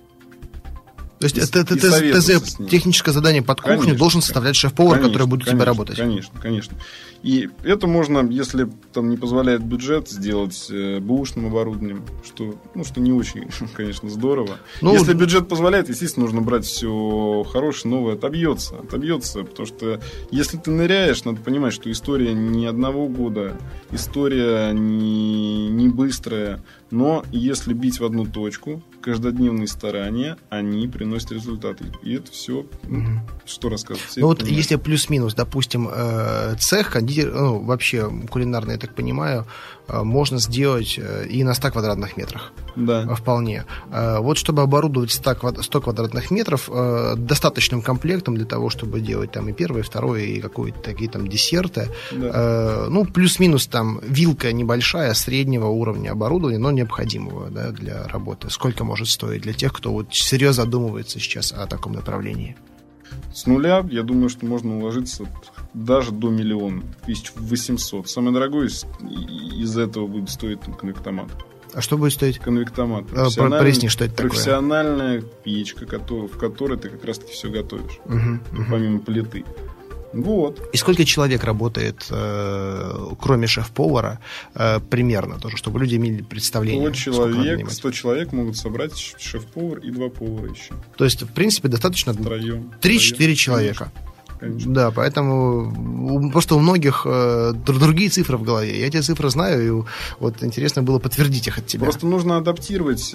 То есть это ТЗ, техническое задание под кухню, конечно, должен составлять шеф-повар, который будет у тебя работать. Конечно. И это можно, если там не позволяет бюджет, сделать бэушным оборудованием, что не очень, конечно, здорово. Если бюджет позволяет, естественно, нужно брать все хорошее, новое, отобьется. Потому что если ты ныряешь, надо понимать, что история не одного года, история не быстрая, но если бить в одну точку, каждодневные старания, они приносят результаты. И это все, что рассказывать. Ну вот понимают. Если плюс-минус, допустим, цех, вообще кулинарный, я так понимаю, можно сделать и на 100 квадратных метрах. Да. Вполне. Вот чтобы оборудовать 100 квадратных метров достаточным комплектом для того, чтобы делать там и первое, и второе, и какие-то такие там десерты. Да. Плюс-минус там вилка небольшая, среднего уровня оборудования, но необходимого, да, для работы. Сколько может стоить для тех, кто вот серьезно задумывается сейчас о таком направлении? С нуля, я думаю, что можно уложиться даже до 1 800 000. Самое дорогое из этого будет стоить конвектомат. А что будет стоить? Конвектомат. Поясни, что это такое. Профессиональная печка, в которой ты как раз-таки все готовишь. Помимо плиты. Вот. И сколько человек работает, кроме шеф-повара, примерно тоже, чтобы люди имели представление? 100 человек могут собрать шеф-повар и 2 повара еще. То есть, в принципе, достаточно 3-4 человека. Конечно. Да, поэтому просто у многих другие цифры в голове. Я эти цифры знаю, и вот интересно было подтвердить их от тебя. Просто нужно адаптировать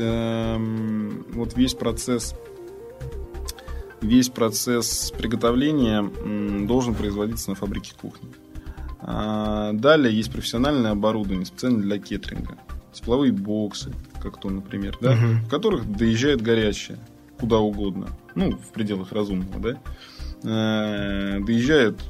вот весь процесс приготовления должен производиться на фабрике кухни. Далее есть профессиональное оборудование, специально для кеттеринга. Тепловые боксы, как то, например, да, в которых доезжает горячее куда угодно. В пределах разумного, да. Доезжает в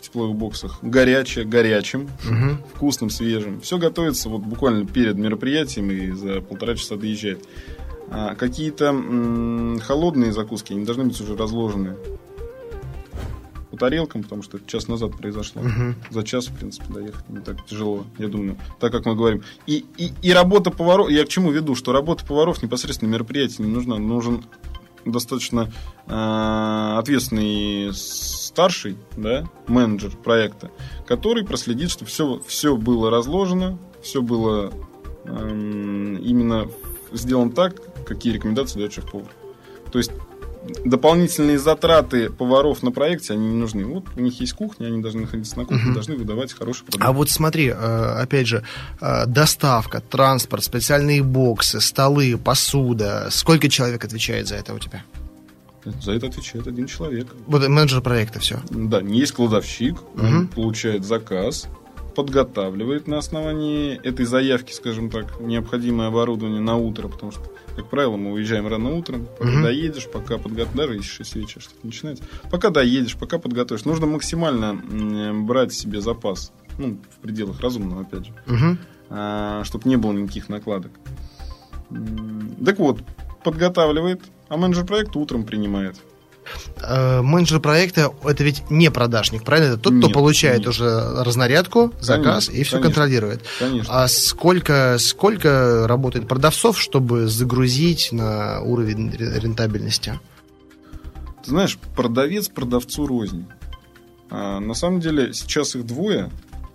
тепловых боксах горячим, вкусным, свежим. Все готовится вот буквально перед мероприятием и за 1,5 часа доезжает. А какие-то холодные закуски, они должны быть уже разложены по тарелкам, потому что это час назад произошло. За час, в принципе, доехать не так тяжело, я думаю, так как мы говорим. И работа поваров, я к чему веду, что работа поваров непосредственно мероприятия не нужна. Нужен достаточно ответственный старший, да, менеджер проекта, который проследит, чтобы все было разложено, все было именно сделано так, какие рекомендации дает шеф-повар. То есть дополнительные затраты поваров на проекте, они не нужны. Вот у них есть кухня, они должны находиться на кухне, должны выдавать хороший продукт. А вот смотри, опять же, доставка, транспорт, специальные боксы, столы, посуда. Сколько человек отвечает за это у тебя? За это отвечает один человек. Вот менеджер проекта, все. Да, есть кладовщик, он получает заказ, подготавливает на основании этой заявки, скажем так, необходимое оборудование на утро, потому что, как правило, мы уезжаем рано утром, пока доедешь, пока подготовишь, даже если 6 вечера что-то начинается, пока доедешь, пока подготовишь, нужно максимально брать себе запас, ну, в пределах разумного, опять же, чтобы не было никаких накладок. Так вот, подготавливает, а менеджер проекта утром принимает. Менеджер проекта — это ведь не продажник, правильно? Это тот, кто получает уже разнарядку, заказ, конечно, и все контролирует. Конечно. А сколько работает продавцов, чтобы загрузить на уровень рентабельности? Ты знаешь, продавец продавцу рознь. На самом деле сейчас их двое.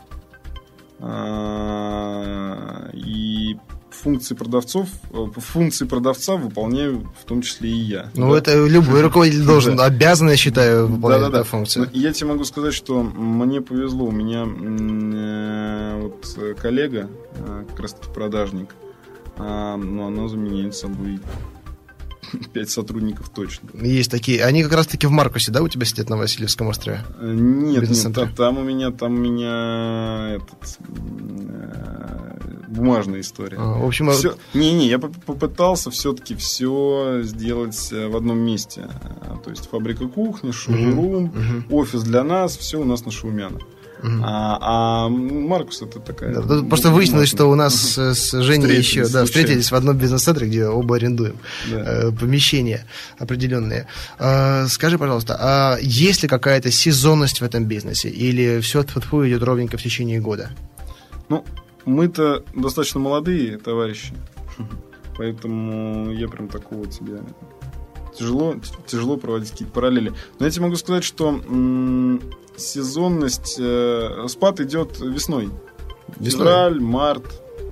И функции продавца выполняю в том числе и я. Ну, да? Это любой руководитель должен, обязан, я считаю, выполнять эту функцию. Я тебе могу сказать, что мне повезло. У меня вот коллега, как раз-таки продажник, но она заменяет собой 5 сотрудников точно. Есть такие. Они как раз-таки в Маркусе, да, у тебя сидят на Васильевском острове? Нет, там у меня бумажная история. В общем, я попытался все-таки все сделать в одном месте. То есть фабрика кухни, шоурум, офис для нас, все у нас на Шаумяна. А Маркус это такая... Да, просто выяснилось, что у нас с Женей еще встретились в одном бизнес-центре, где оба арендуем помещения определенные. Скажи, пожалуйста, а есть ли какая-то сезонность в этом бизнесе? Или все идет ровненько в течение года? Ну, мы-то достаточно молодые товарищи, поэтому я прям такого тебе... Тяжело проводить какие-то параллели. Но я тебе могу сказать, что сезонность, спад идет весной. Февраль, март.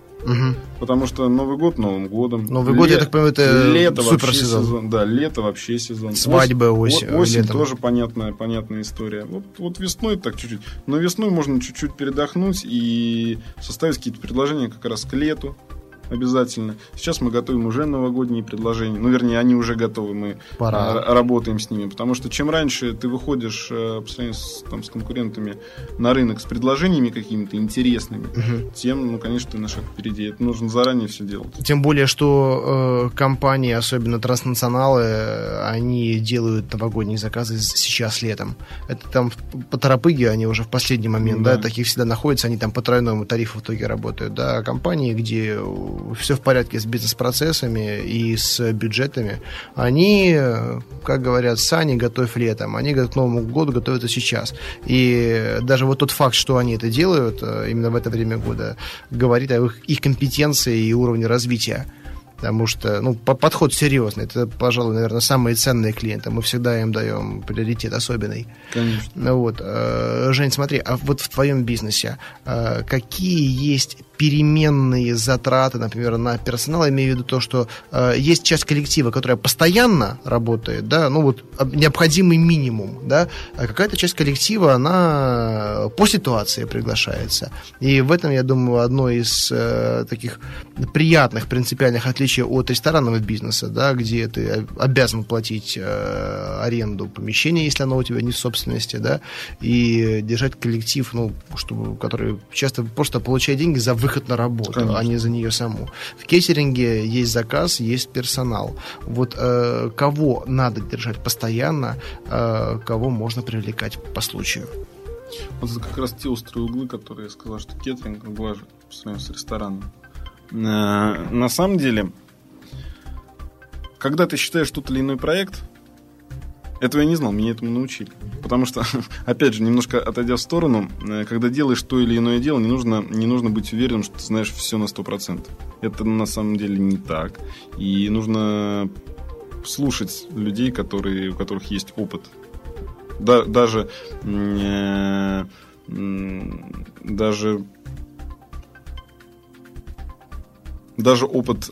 Потому что Новый год Новым годом. Новый год, я так понимаю, это лето суперсезон. Да, лето вообще сезон. Свадьбы, осень. Осень тоже понятная история. Вот весной так чуть-чуть. Но весной можно чуть-чуть передохнуть и составить какие-то предложения как раз к лету. Обязательно. Сейчас мы готовим уже новогодние предложения. Ну, вернее, они уже готовы, мы работаем с ними. Потому что чем раньше ты выходишь по сравнению с конкурентами на рынок с предложениями какими-то интересными, тем, конечно, ты на шаг впереди. Это нужно заранее все делать. Тем более, что компании, особенно транснационалы, они делают новогодние заказы сейчас летом. Это там по торопыге они уже в последний момент, да, таких всегда находятся, они там по тройному тарифу в итоге работают. Да, а компании, где все в порядке с бизнес-процессами и с бюджетами, они, как говорят, сани готовь летом, они к Новому году готовятся сейчас. И даже вот тот факт, что они это делают именно в это время года, говорит о их компетенции и уровне развития. Потому что, подход серьезный. Это, пожалуй, наверное, самые ценные клиенты. Мы всегда им даем приоритет особенный. Конечно. Вот. Жень, смотри, а вот в твоем бизнесе какие есть переменные затраты, например, на персонал? Я имею в виду то, что есть часть коллектива, которая постоянно работает, да, необходимый минимум, да, а какая-то часть коллектива, она по ситуации приглашается. И в этом, я думаю, одно из таких приятных принципиальных отличий от ресторанного бизнеса, да, где ты обязан платить аренду помещения, если оно у тебя не в собственности, да, и держать коллектив, который часто просто получает деньги за выход на работу, конечно, а не за нее саму. В кейтеринге есть заказ, есть персонал. Вот кого надо держать постоянно, кого можно привлекать по случаю? Вот это как раз те острые углы, которые я сказал, что кеттеринг глажет по сравнению с рестораном. На самом деле, когда ты считаешь тот или иной проект, этого я не знал, меня этому научили. Потому что, опять же, немножко отойдя в сторону, когда делаешь то или иное дело, не нужно быть уверенным, что ты знаешь все на 100%. Это на самом деле не так. И нужно слушать людей, у которых есть опыт. Даже опыт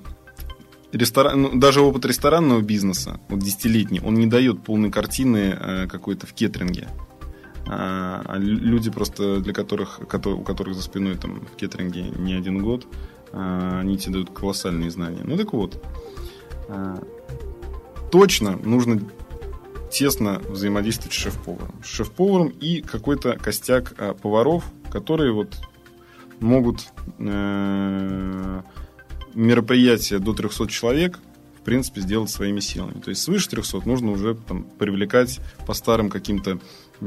даже опыт ресторанного бизнеса, вот 10-летний, он не дает полной картины какой-то в кеттеринге. А люди просто, у которых за спиной там, в кеттеринге не один год, они тебе дают колоссальные знания. Ну так вот, точно нужно тесно взаимодействовать с шеф-поваром. С шеф-поваром и какой-то костяк поваров, которые вот могут мероприятие до 300 человек, в принципе, сделать своими силами. То есть свыше 300 нужно уже там, привлекать по старым каким-то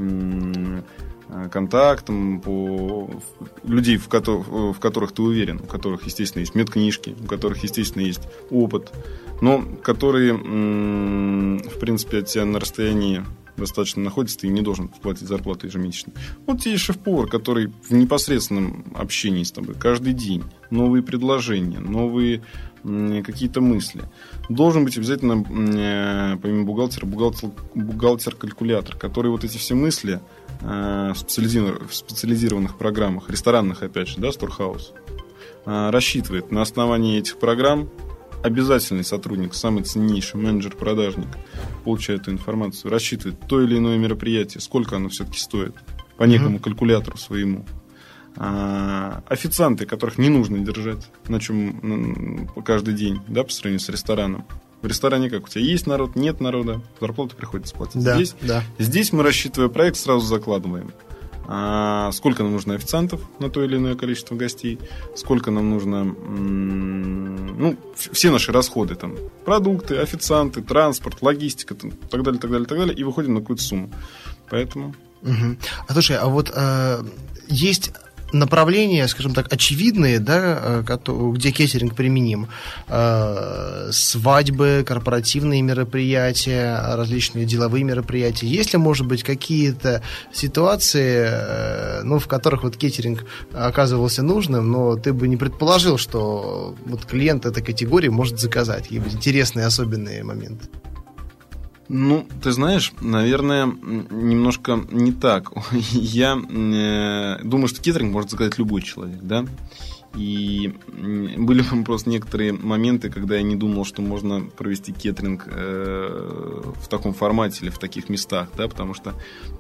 контактам, по людей, в которых ты уверен, у которых, естественно, есть медкнижки, у которых, естественно, есть опыт, но которые, в принципе, от тебя на расстоянии достаточно находится, ты им не должен платить зарплату ежемесячно. Вот тебе есть шеф-повар, который в непосредственном общении с тобой каждый день, новые предложения, новые какие-то мысли. Должен быть обязательно, помимо бухгалтер-калькулятор, который вот эти все мысли в специализированных программах, ресторанных, опять же, да, Storehouse, рассчитывает. На основании этих программ обязательный сотрудник, самый ценнейший менеджер-продажник, получает эту информацию, рассчитывает то или иное мероприятие, сколько оно все-таки стоит, по некому калькулятору своему. Официанты, которых не нужно держать, на чем каждый день, да, по сравнению с рестораном. В ресторане как? У тебя есть народ, нет народа, зарплату приходится платить. Да, Здесь мы, рассчитывая проект, сразу закладываем. Сколько нам нужно официантов на то или иное количество гостей, сколько нам нужно, все наши расходы, там, продукты, официанты, транспорт, логистика, там, так далее, и выходим на какую-то сумму. Поэтому... Слушай, а вот есть направления, скажем так, очевидные, да, где кеттеринг применим. Свадьбы, корпоративные мероприятия, различные деловые мероприятия. Есть ли, может быть, какие-то ситуации, в которых вот кеттеринг оказывался нужным, но ты бы не предположил, что вот клиент этой категории может заказать какие-нибудь интересные, особенные моменты? Ты знаешь, наверное, немножко не так. Я думаю, что кеттеринг может заказать любой человек, да? И были просто некоторые моменты, когда я не думал, что можно провести кеттеринг в таком формате или в таких местах, да? Потому что,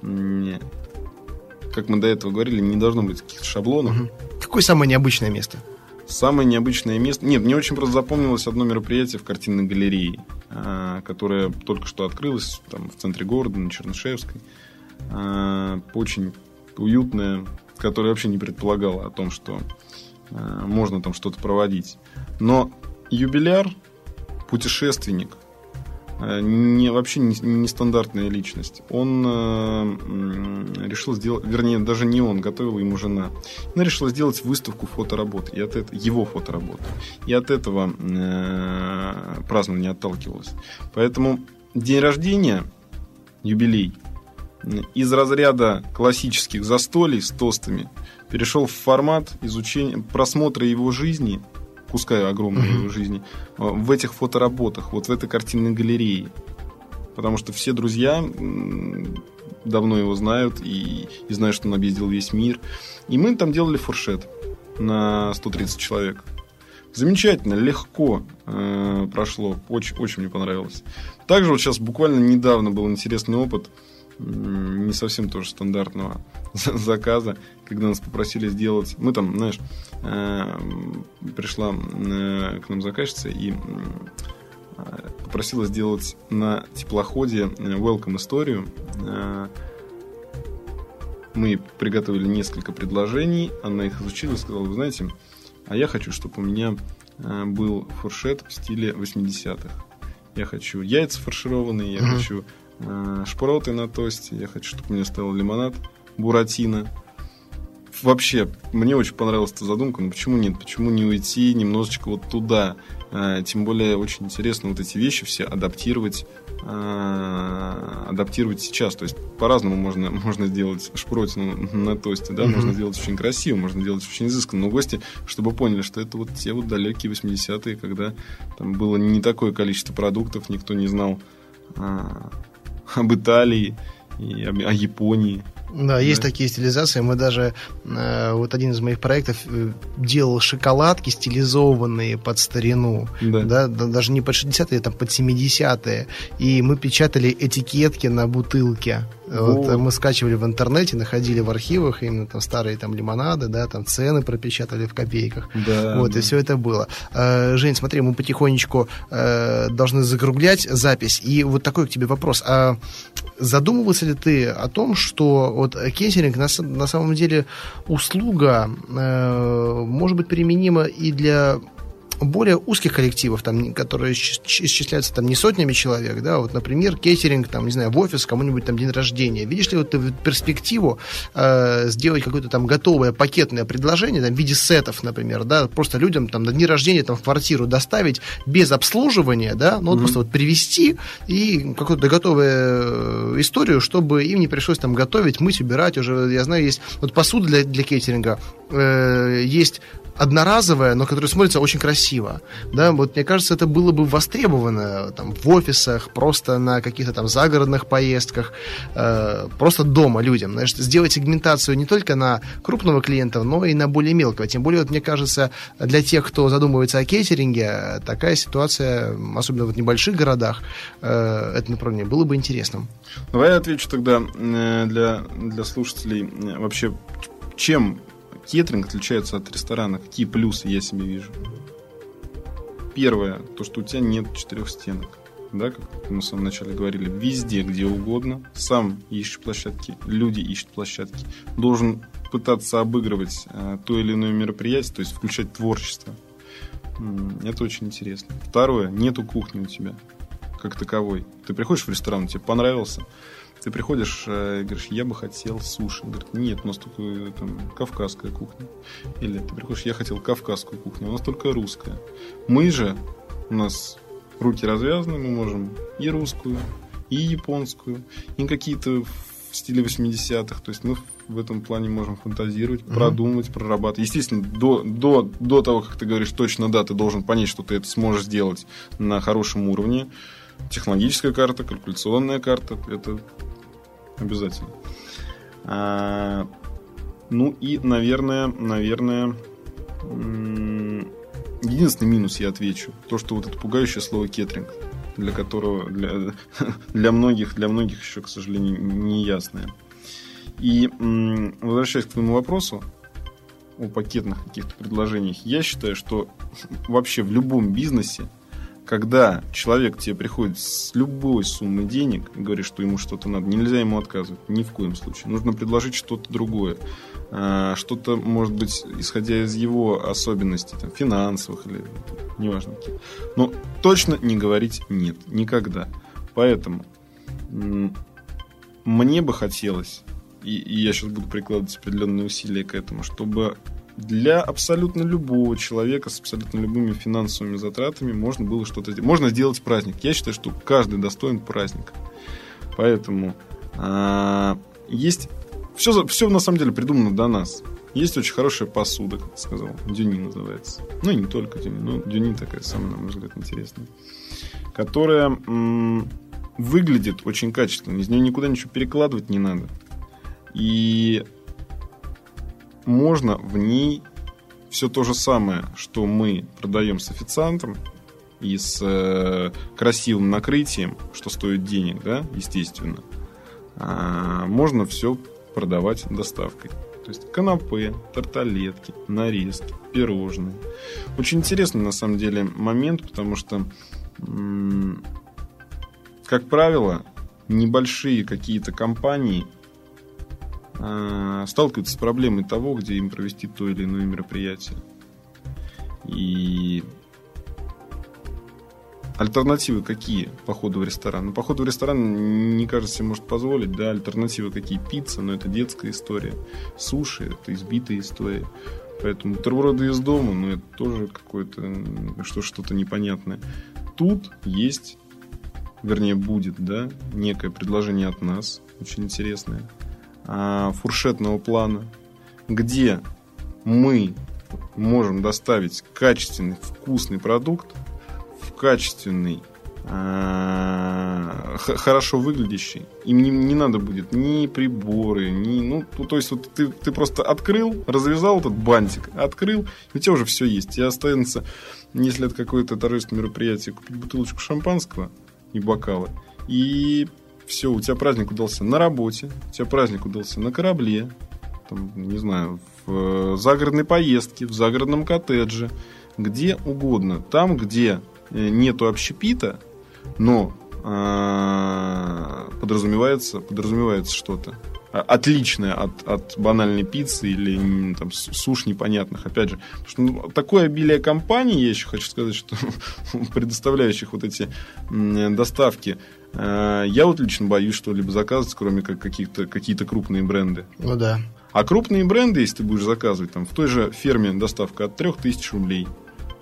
как мы до этого говорили, не должно быть каких-то шаблонов. Какое самое необычное место? Самое необычное место... Нет, мне очень просто запомнилось одно мероприятие в картинной галерее, которое только что открылось там, в центре города, на Чернышевской. Очень уютное, которое вообще не предполагало о том, что можно там что-то проводить. Но юбиляр, путешественник, вообще нестандартная личность. Он решил сделать, вернее, даже не он, готовила ему жена. Она решила сделать выставку фоторабот, и от этого, его фоторабот. И от этого празднование отталкивалось. Поэтому день рождения, юбилей, из разряда классических застолий с тостами перешел в формат изучения, просмотра его жизни, куска огромной его жизни, в этих фотоработах, вот в этой картинной галерее. Потому что все друзья давно его знают и знают, что он объездил весь мир. И мы там делали фуршет на 130 человек. Замечательно, легко прошло. Очень, очень мне понравилось. Также вот сейчас буквально недавно был интересный опыт, не совсем тоже стандартного заказа, когда нас попросили сделать... Мы там, знаешь, пришла к нам заказчица и попросила сделать на теплоходе welcome историю. Мы приготовили несколько предложений, она их изучила и сказала: вы знаете, а я хочу, чтобы у меня был фуршет в стиле 80-х. Я хочу яйца фаршированные, я хочу шпроты на тосте, я хочу, чтобы у меня стоял лимонад Буратино. Вообще, мне очень понравилась эта задумка, но почему нет? Почему не уйти немножечко вот туда? Тем более, очень интересно вот эти вещи все адаптировать сейчас. То есть, по-разному можно сделать шпротину на тосте, да? Можно сделать очень красиво, можно делать очень изысканно. Но гости, чтобы поняли, что это вот те вот далекие 80-е, когда там было не такое количество продуктов, никто не знал об Италии и о Японии. Да, есть такие стилизации. Мы даже, вот один из моих проектов делал шоколадки, стилизованные под старину. Да, даже не под 60-е, там под 70-е. И мы печатали этикетки на бутылке. Вот, мы скачивали в интернете, находили в архивах именно там старые там лимонады, да, там цены пропечатали в копейках. Да, вот, и все это было. Жень, смотри, мы потихонечку должны закруглять запись. И вот такой к тебе вопрос. Задумывался ли ты о том, что вот кейтеринг на самом деле услуга может быть применима и для более узких коллективов, там, которые исчисляются там не сотнями человек, да, вот, например, кейтеринг, там, не знаю, в офис, кому-нибудь там день рождения. Видишь ли вот ты перспективу сделать какое-то там готовое пакетное предложение, там, в виде сетов, например, да, просто людям там на дни рождения там в квартиру доставить без обслуживания, да, ну, вот просто вот привезти и какую-то готовую историю, чтобы им не пришлось там готовить, мыть, убирать уже. Я знаю, есть вот посуда для кейтеринга, есть одноразовая, но которая смотрится очень красиво. Да? Вот, мне кажется, это было бы востребовано там, в офисах, просто на каких-то там загородных поездках, просто дома людям. Знаешь, сделать сегментацию не только на крупного клиента, но и на более мелкого. Тем более, вот, мне кажется, для тех, кто задумывается о кейтеринге, такая ситуация, особенно в небольших городах, это направление было бы интересным. Давай я отвечу тогда для слушателей вообще, чем кейтеринг отличается от ресторана, какие плюсы я себе вижу. Первое, то, что у тебя нет 4 стенок. Да, как мы в самом начале говорили, везде, где угодно. Сам ищешь площадки, люди ищут площадки. Должен пытаться обыгрывать то или иное мероприятие, то есть включать творчество. Это очень интересно. Второе, нету кухни у тебя как таковой. Ты приходишь в ресторан, тебе понравился, ты приходишь и говоришь, я бы хотел суши. Он говорит, нет, у нас только там, кавказская кухня. Или ты приходишь, я хотел кавказскую кухню, у нас только русская. Мы же, у нас руки развязаны, мы можем и русскую, и японскую, и какие-то в стиле 80-х. То есть мы в этом плане можем фантазировать, продумывать, прорабатывать. Естественно, до того, как ты говоришь точно да, ты должен понять, что ты это сможешь сделать на хорошем уровне. Технологическая карта, калькуляционная карта, это обязательно. Ну и, наверное, единственный минус я отвечу. То, что вот это пугающее слово кеттеринг, для которого для многих еще, к сожалению, неясное. И возвращаясь к твоему вопросу о пакетных каких-то предложениях, я считаю, что вообще в любом бизнесе, когда человек к тебе приходит с любой суммой денег и говорит, что ему что-то надо, нельзя ему отказывать, ни в коем случае. Нужно предложить что-то другое. Что-то, может быть, исходя из его особенностей, там, финансовых или неважно каких. Но точно не говорить нет. Никогда. Поэтому мне бы хотелось, и я сейчас буду прикладывать определенные усилия к этому, чтобы для абсолютно любого человека с абсолютно любыми финансовыми затратами можно было что-то сделать. Можно сделать праздник. Я считаю, что каждый достоин праздника. Поэтому есть... Все на самом деле придумано до нас. Есть очень хорошая посуда, как ты сказал. Дюни называется. Ну и не только Дюни, но Дюни такая самая, на мой взгляд, интересная. Которая выглядит очень качественно. Из нее никуда ничего перекладывать не надо. И можно в ней все то же самое, что мы продаем с официантом и с красивым накрытием, что стоит денег, да, естественно. Можно все продавать доставкой. То есть канапе, тарталетки, нарезки, пирожные. Очень интересный на самом деле момент, потому что, как правило, небольшие какие-то компании сталкиваются с проблемой того, где им провести то или иное мероприятие. И альтернативы какие походу в ресторан? Ну, походу в ресторан не каждый себе может позволить, да, альтернативы какие? Пицца, но это детская история. Суши, это избитая история. Поэтому бутерброды из дома, ну, это тоже какое-то, что-то непонятное. Тут есть, вернее, будет, да, некое предложение от нас, очень интересное, фуршетного плана, где мы можем доставить качественный, вкусный продукт в качественный, хорошо выглядящий. Им не надо будет ни приборы, то есть вот ты просто открыл, развязал этот бантик, открыл, и у тебя уже все есть. Тебе останется, если это какое-то торжественное мероприятие, купить бутылочку шампанского и бокалы, и все, у тебя праздник удался на работе, у тебя праздник удался на корабле, там, не знаю, в загородной поездке, в загородном коттедже, где угодно. Там, где нету общепита, но подразумевается что-то отличное от банальной пиццы или там суш непонятных. Опять же, потому что, такое обилие компаний, я еще хочу сказать, что предоставляющих вот эти доставки, я вот лично боюсь что-либо заказывать, кроме как какие-то крупные бренды. Ну да. А крупные бренды, если ты будешь заказывать, там, в той же ферме доставка от 3000 рублей.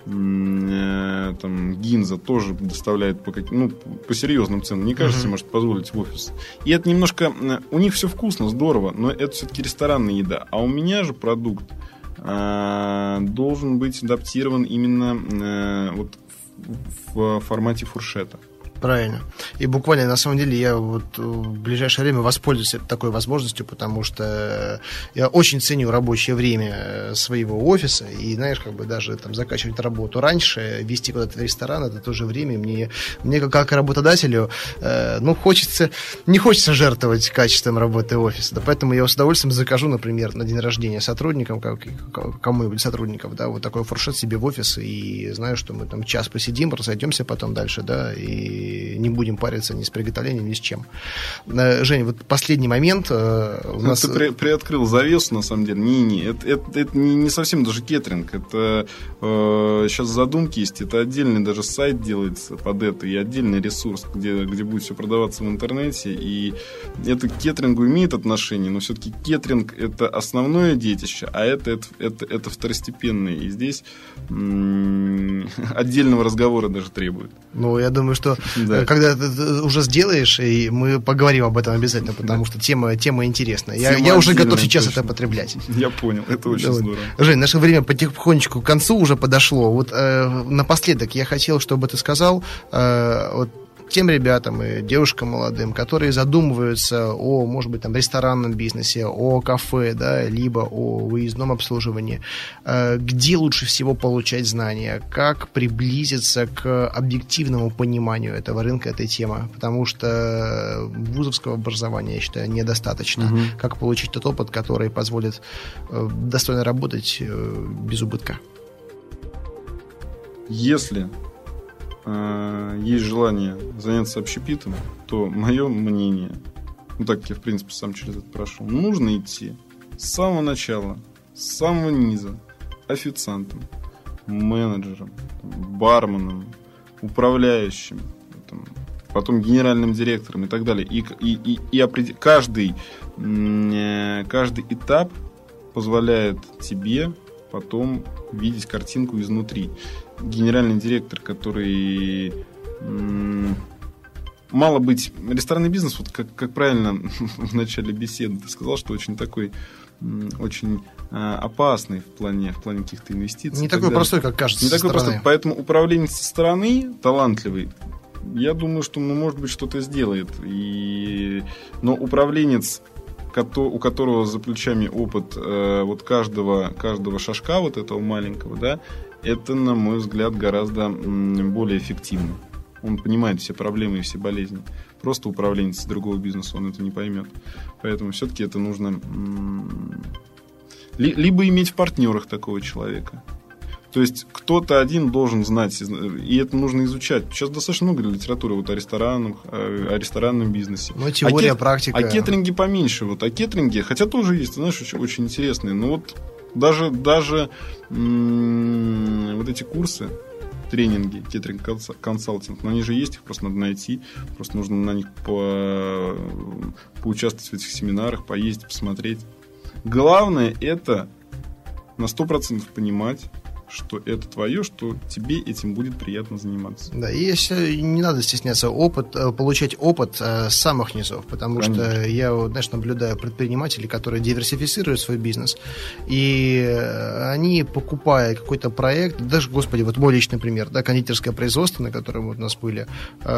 Там, Гинза тоже доставляет по серьезным ценам. Не каждый себе может позволить в офис. И это немножко... У них все вкусно, здорово, но это все-таки ресторанная еда. А у меня же продукт должен быть адаптирован именно вот в формате фуршета. Правильно. И буквально, на самом деле, я вот в ближайшее время воспользуюсь такой возможностью, потому что я очень ценю рабочее время своего офиса, и, знаешь, как бы даже там заканчивать работу раньше, вести куда-то в ресторан, это тоже время. Мне как работодателю, не хочется жертвовать качеством работы офиса, да, поэтому я с удовольствием закажу, например, на день рождения сотрудникам, кому-нибудь сотрудников, да, вот такой фуршет себе в офис, и знаю, что мы там час посидим, разойдемся потом дальше, да, и не будем париться ни с приготовлением, ни с чем. Жень, вот последний момент. У нас... Ты приоткрыл завесу, на самом деле. Это не совсем даже кеттеринг. Это сейчас задумки есть. Это отдельный даже сайт делается под это. И отдельный ресурс, где будет все продаваться в интернете. И это к кеттерингу имеет отношение. Но все-таки кеттеринг – это основное детище, а это второстепенное. И здесь отдельного разговора даже требует. Ну, я думаю, что когда ты уже сделаешь, и мы поговорим об этом обязательно, потому что тема интересная. Я уже готов сейчас точно это потреблять. Я понял, это очень здорово. Жень, наше время потихонечку к концу уже подошло. Вот напоследок я хотел, чтобы ты сказал тем ребятам и девушкам молодым, которые задумываются о, может быть, там, ресторанном бизнесе, о кафе, да, либо о выездном обслуживании, где лучше всего получать знания, как приблизиться к объективному пониманию этого рынка, этой темы, потому что вузовского образования, я считаю, недостаточно. Как получить тот опыт, который позволит достойно работать без убытка? Если есть желание заняться общепитом, то мое мнение, так как я, в принципе, сам через это прошел, нужно идти с самого начала, с самого низа, официантом, менеджером, барменом, управляющим, потом генеральным директором и так далее. И каждый этап позволяет тебе потом видеть картинку изнутри. Генеральный директор, который мало быть... Ресторанный бизнес, вот как правильно в начале беседы ты сказал, что очень такой, очень опасный в плане каких-то инвестиций. Не такой простой, как кажется, не со такой стороны. Простой. Поэтому управленец со стороны, талантливый, я думаю, что, может быть, что-то сделает. Но управленец, у которого за плечами опыт вот каждого шажка вот этого маленького, да, это, на мой взгляд, гораздо более эффективно. Он понимает все проблемы и все болезни. Просто управленец другого бизнеса, он это не поймет. Поэтому все-таки это нужно либо иметь в партнерах такого человека. То есть кто-то один должен знать, и это нужно изучать. Сейчас достаточно много литературы о ресторанном бизнесе. Ну, теория, практика. А кеттеринги поменьше. А кеттеринги, хотя тоже есть, знаешь, очень интересные. Но вот даже вот эти курсы тренинги, кейтеринг-консалтинг, но они же есть, их просто надо найти, просто нужно на них поучаствовать в этих семинарах, поездить, посмотреть. Главное это на 100% понимать, что это твое, что тебе этим будет приятно заниматься. Да, и не надо стесняться получать опыт с самых низов, потому Конечно. Что я, знаешь, наблюдаю предпринимателей, которые диверсифицируют свой бизнес, и они, покупая какой-то проект, даже, господи, вот мой личный пример, да, кондитерское производство, на котором вот у нас были,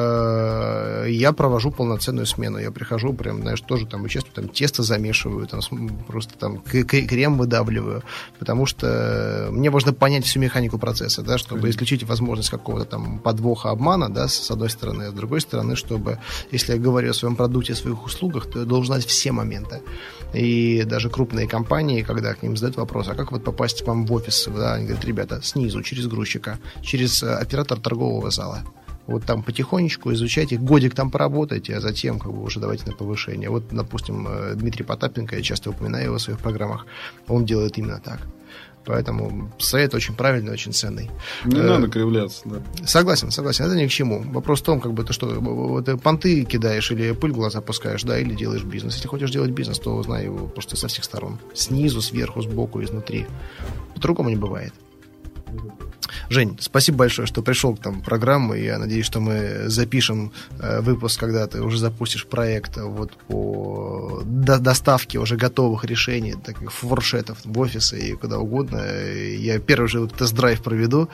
я провожу полноценную смену, я прихожу, прям, знаешь, тоже там участвую, там тесто замешиваю, там просто там крем выдавливаю, потому что мне важно понять всю механику процесса, да, чтобы исключить возможность какого-то там подвоха, обмана, да, с одной стороны, а с другой стороны, чтобы, если я говорю о своем продукте, о своих услугах, то я должен знать все моменты. И даже крупные компании, когда к ним задают вопрос, а как вот попасть к вам в офис, да, они говорят, ребята, снизу, через грузчика, через оператора торгового зала. Вот там потихонечку изучайте, годик там поработайте, а затем как бы уже давайте на повышение. Вот, допустим, Дмитрий Потапенко, я часто упоминаю его в своих программах, он делает именно так. Поэтому совет очень правильный, очень ценный. Не надо кривляться, да. Согласен, это ни к чему. Вопрос в том, как бы ты что, ты понты кидаешь или пыль в глаза пускаешь, да, или делаешь бизнес. Если хочешь делать бизнес, то знай его просто со всех сторон. Снизу, сверху, сбоку, изнутри. По-другому не бывает. Жень, спасибо большое, что пришел к там программу. Я надеюсь, что мы запишем выпуск, когда ты уже запустишь проект вот по доставке уже готовых решений, таких фуршетов в офисы и куда угодно. Я первый же тест-драйв проведу.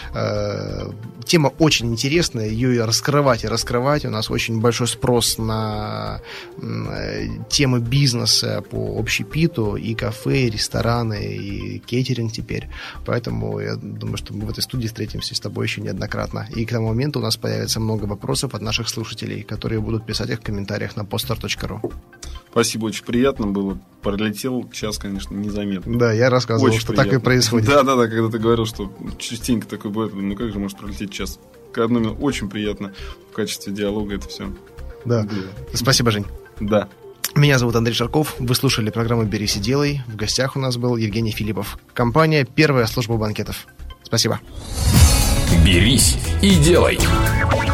Тема очень интересная, ее и раскрывать. У нас очень большой спрос на темы бизнеса по общепиту, и кафе, и рестораны, и кейтеринг теперь. Поэтому я думаю, что мы в этой студии встретимся с тобой еще неоднократно. И к тому моменту у нас появится много вопросов от наших слушателей, которые будут писать их в комментариях на podstar.ru. Спасибо, очень приятно было. Пролетел час, конечно, незаметно. Да, я рассказывал, очень что приятно. Так и происходит. Да, когда ты говорил, что частенько такое бывает, ну как же может пролететь час? Очень приятно в качестве диалога это все. Да. Спасибо, Жень. Да. Меня зовут Андрей Шарков. Вы слушали программу «Берись и делай». В гостях у нас был Евгений Филиппов. Компания «Первая служба банкетов». Спасибо. «Берись и делай».